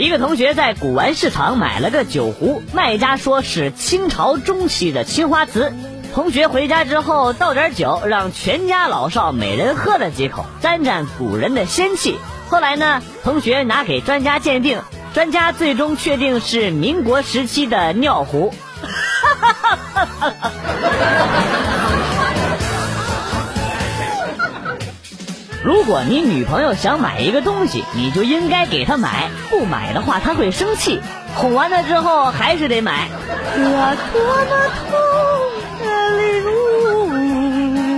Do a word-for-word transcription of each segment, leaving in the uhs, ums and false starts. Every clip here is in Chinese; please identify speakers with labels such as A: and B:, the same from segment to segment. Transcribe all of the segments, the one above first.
A: 一个同学在古玩市场买了个酒壶，卖家说是清朝中期的青花瓷。同学回家之后倒点酒，让全家老少每人喝了几口，沾沾古人的仙气。后来呢，同学拿给专家鉴定，专家最终确定是民国时期的尿壶。如果你女朋友想买一个东西，你就应该给她买，不买的话她会生气，哄完了之后还是得买。我多么痛的领悟。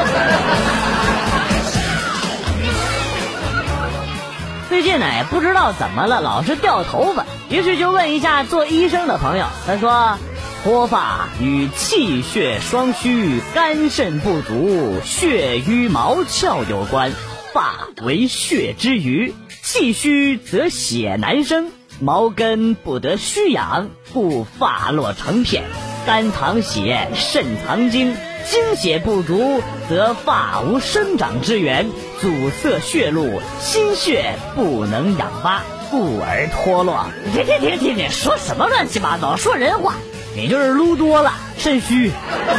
A: 最近呢也不知道怎么了，老是掉头发，于是就问一下做医生的朋友，他说脱发与气血双虚、肝肾不足、血瘀毛窍有关。发为血之余，气虚则血难生，毛根不得虚养，故发落成片。肝藏血，肾藏精，精血不足，则发无生长之源，阻塞血路，心血不能养发，故而脱落。停停停停停，说什么乱七八糟，说人话。你就是撸多了，肾虚。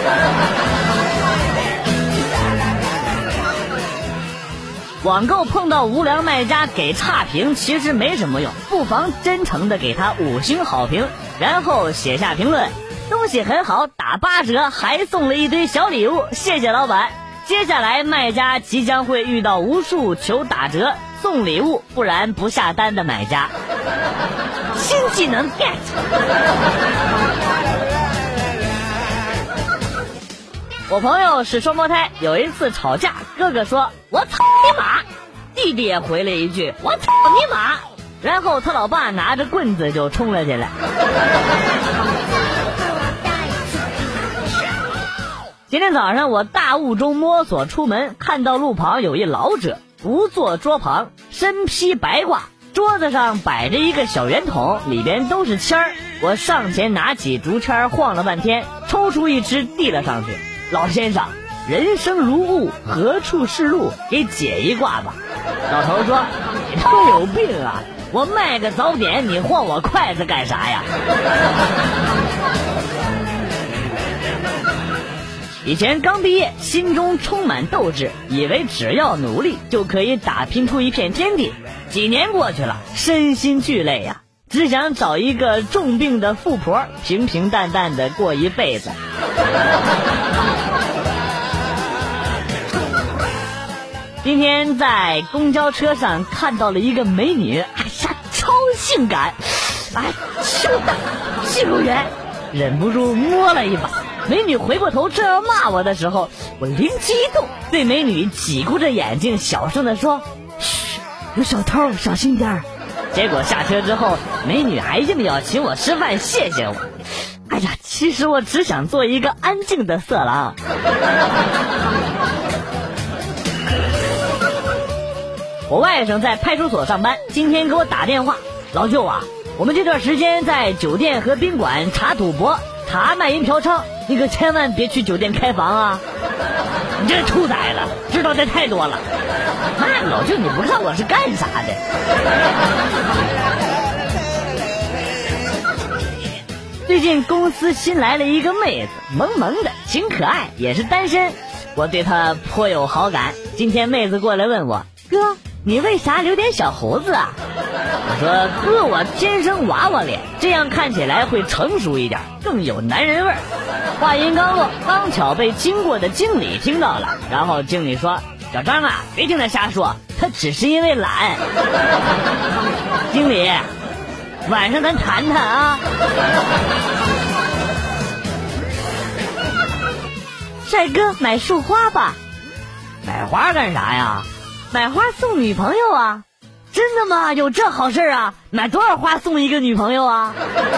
A: 网购碰到无良卖家给差评，其实没什么用，不妨真诚的给他五星好评，然后写下评论，东西很好，打八折，还送了一堆小礼物，谢谢老板。接下来卖家即将会遇到无数求打折、送礼物，不然不下单的买家。新技能 get。我朋友是双胞胎，有一次吵架，哥哥说我操你妈，弟弟也回了一句我操你妈，然后他老爸拿着棍子就冲了进来。今天早上我大雾中摸索出门，看到路旁有一老者独坐桌旁，身披白褂，桌子上摆着一个小圆筒，里边都是签儿。我上前拿起竹签晃了半天，抽出一支递了上去。老先生，人生如雾，何处是路？给解一卦吧。老头说，你他妈有病啊，我卖个早点，你晃我筷子干啥呀？以前刚毕业，心中充满斗志，以为只要努力就可以打拼出一片天地。几年过去了，身心俱累呀、啊，只想找一个重病的富婆，平平淡淡的过一辈子。今天在公交车上看到了一个美女，哎呀，超性感，哎，秀大，细如圆，忍不住摸了一把。美女回过头正要骂我的时候，我灵机一动，对美女挤咕着眼睛小声地说：“嘘，有小偷，小心点儿。”结果下车之后，美女还硬要请我吃饭，谢谢我。哎呀，其实我只想做一个安静的色狼。我外甥在派出所上班，今天给我打电话，老舅啊，我们这段时间在酒店和宾馆查赌博，查卖淫嫖娼，你可千万别去酒店开房啊！你这兔崽子，知道的太多了。那老舅，你不看我是干啥的？最近公司新来了一个妹子，萌萌的，挺可爱，也是单身，我对她颇有好感。今天妹子过来问我，哥，你为啥留点小胡子啊？我说哥，我天生娃娃脸，这样看起来会成熟一点，更有男人味儿。话音刚落，刚巧被经过的经理听到了，然后经理说，小张啊，别听他瞎说，他只是因为懒。经理，晚上咱谈谈啊。帅哥，买束花吧。买花干啥呀？买花送女朋友啊。真的吗？有这好事啊？买多少花送一个女朋友啊？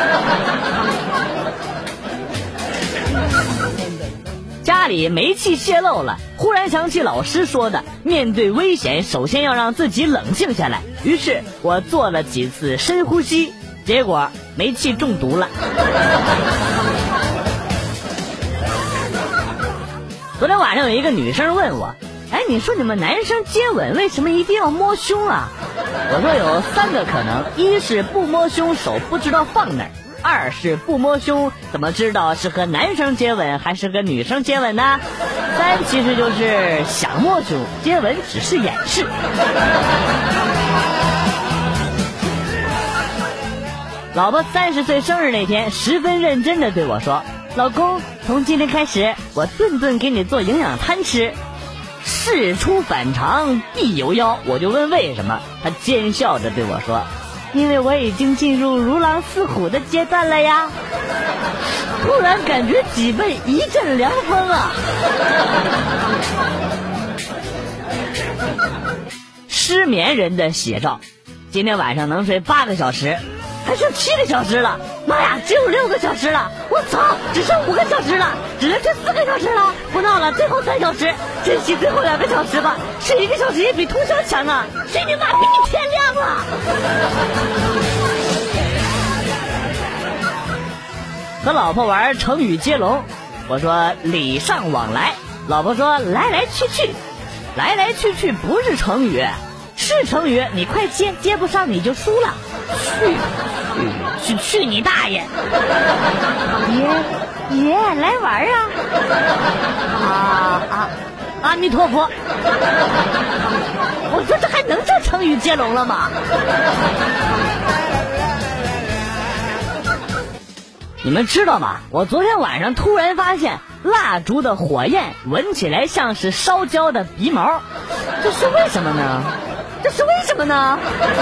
A: 家里煤气泄漏了，忽然想起老师说的，面对危险首先要让自己冷静下来，于是我做了几次深呼吸，结果煤气中毒了。昨天晚上有一个女生问我，哎，你说你们男生接吻为什么一定要摸胸啊？ 我说有三个可能，一是不摸胸手不知道放哪儿，二是不摸胸怎么知道是和男生接吻还是和女生接吻呢？三其实就是想摸胸，接吻只是掩饰。老婆三十岁生日那天，十分认真地对我说：“老公，从今天开始，我顿顿给你做营养餐吃。”事出反常必有妖，我就问为什么，他奸笑着对我说：“因为我已经进入如狼似虎的阶段了呀。”突然感觉脊背一阵凉风啊！失眠人的写照，今天晚上能睡八个小时。还剩七个小时了，妈呀，只有六个小时了！我操，只剩五个小时了，只能睡四个小时了！不闹了，最后三小时，珍惜最后两个小时吧，睡一个小时也比通宵强啊！睡你妈，比你天亮了！和老婆玩成语接龙，我说礼尚往来，老婆说来来去去，来来去去不是成语，是成语，你快接，接不上你就输了。去去去你大爷！爷爷来玩啊！啊啊！阿弥陀佛！我说这还能叫成语接龙了吗？你们知道吗？我昨天晚上突然发现，蜡烛的火焰闻起来像是烧焦的鼻毛，这是为什么呢？这是为什么呢？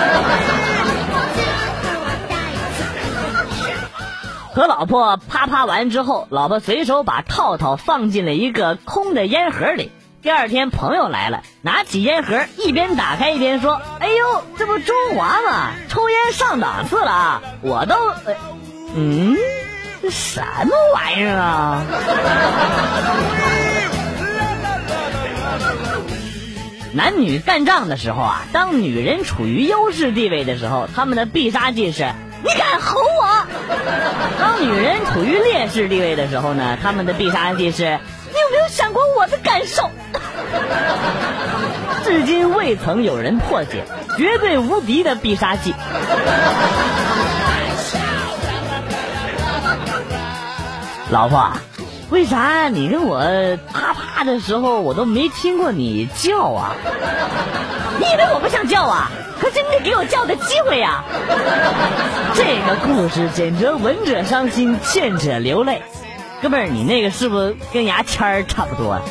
A: 和老婆啪啪完之后，老婆随手把套套放进了一个空的烟盒里。第二天朋友来了，拿起烟盒一边打开一边说：“哎呦，这不中华吗？抽烟上档次了啊！我都……呃、嗯，这什么玩意儿啊？”男女干仗的时候啊，当女人处于优势地位的时候，他们的必杀技是你敢吼我；当女人处于劣势地位的时候呢，他们的必杀技是你有没有想过我的感受？至今未曾有人破解，绝对无敌的必杀技。老婆，为啥你跟我啪啪的时候我都没听过你叫啊？你以为我不想叫啊？可是你得给我叫的机会呀！这个故事简直闻者伤心，见者流泪。哥们儿，你那个是不是跟牙签儿差不多？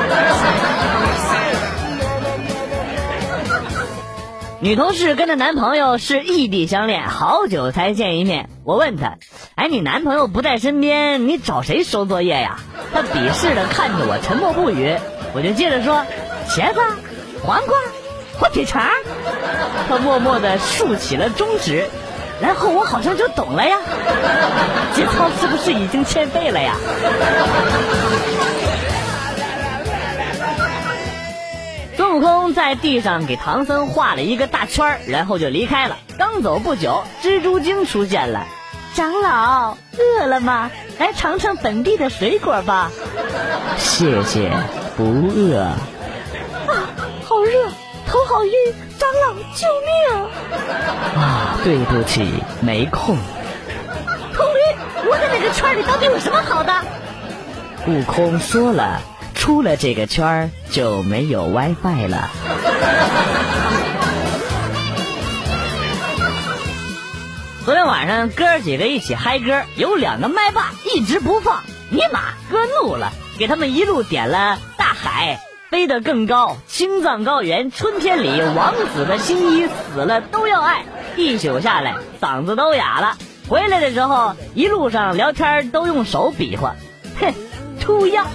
A: 女同事跟着男朋友是异地相恋，好久才见一面。我问她：“哎，你男朋友不在身边，你找谁收作业呀？”她鄙视地看着我，沉默不语。我就接着说：“茄子、黄瓜、火腿肠。”她默默地竖起了中指，然后我好像就懂了呀。节操是不是已经欠费了呀？孙悟空在地上给唐僧画了一个大圈，然后就离开了。刚走不久，蜘蛛精出现了。长老，饿了吗？来尝尝本地的水果吧。谢谢，不饿。啊，好热，头好晕，长老救命！啊，对不起，没空。头晕，我在那个圈里到底有什么好的？悟空说了，出了这个圈儿就没有 WiFi 了。昨天晚上哥几个一起嗨歌，有两个麦霸一直不放，尼玛哥怒了，给他们一路点了大海、飞得更高、青藏高原、春天里、王子的新衣、死了都要爱。一宿下来嗓子都哑了，回来的时候一路上聊天都用手比划，哼，出样。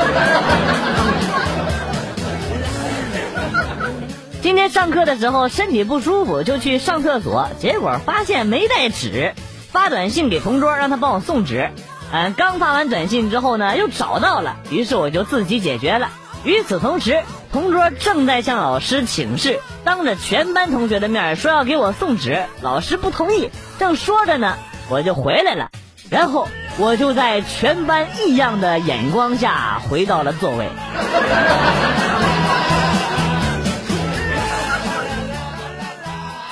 A: 今天上课的时候身体不舒服，就去上厕所，结果发现没带纸，发短信给同桌让他帮我送纸。嗯，刚发完短信之后呢，又找到了，于是我就自己解决了。与此同时，同桌正在向老师请示，当着全班同学的面说要给我送纸，老师不同意。正说着呢，我就回来了，然后我就在全班异样的眼光下回到了座位。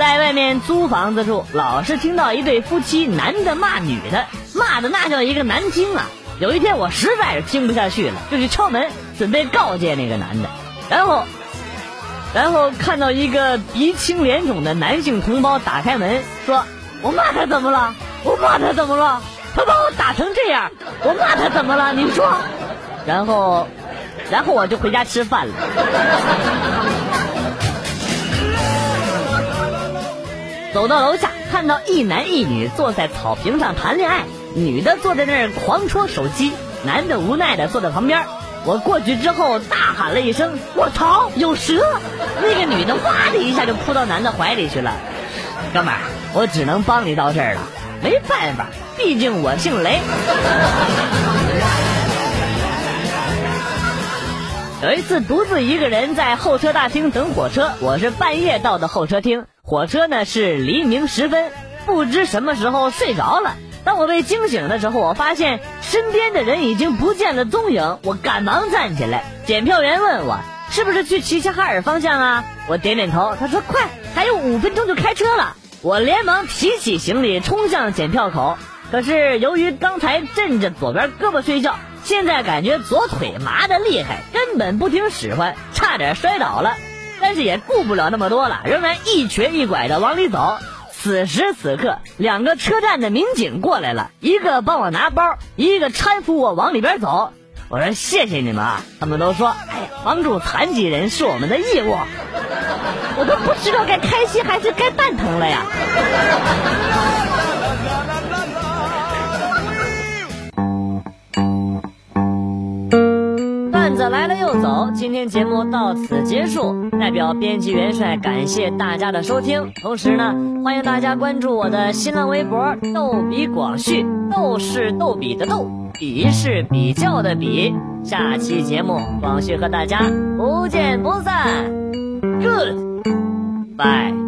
A: 在外面租房子住，老是听到一对夫妻男的骂女的，骂的那叫一个难听啊。有一天我实在是听不下去了，就去敲门准备告诫那个男的，然后然后看到一个鼻青脸肿的男性同胞打开门说，我骂他怎么了？我骂他怎么了？他把我打成这样，我骂他怎么了？你说？然后然后我就回家吃饭了。走到楼下，看到一男一女坐在草坪上谈恋爱，女的坐在那儿狂戳手机，男的无奈的坐在旁边。我过去之后大喊了一声，我操，有蛇！那个女的哇的一下就扑到男的怀里去了。哥们儿，我只能帮你到这儿了，没办法，毕竟我姓雷。有一次独自一个人在候车大厅等火车，我是半夜到的候车厅，火车呢是黎明时分，不知什么时候睡着了。当我被惊醒的时候，我发现身边的人已经不见了踪影，我赶忙站起来。检票员问我是不是去齐齐哈尔方向啊？我点点头，他说快，还有五分钟就开车了。我连忙提起行李冲向检票口，可是由于刚才枕着左边胳膊睡觉，现在感觉左腿麻得厉害，根本不听使唤，差点摔倒了。但是也顾不了那么多了，仍然一瘸一拐的往里走。此时此刻，两个车站的民警过来了，一个帮我拿包，一个搀扶我往里边走。我说谢谢你们啊，他们都说哎呀，帮助残疾人是我们的义务。我都不知道该开心还是该蛋疼了呀。段子来了又走，今天节目到此结束，代表编辑元帅感谢大家的收听，同时呢，欢迎大家关注我的新浪微博逗比广旭，逗是逗比的逗，比是比较的比。下期节目广旭和大家不见不散。 Good bye。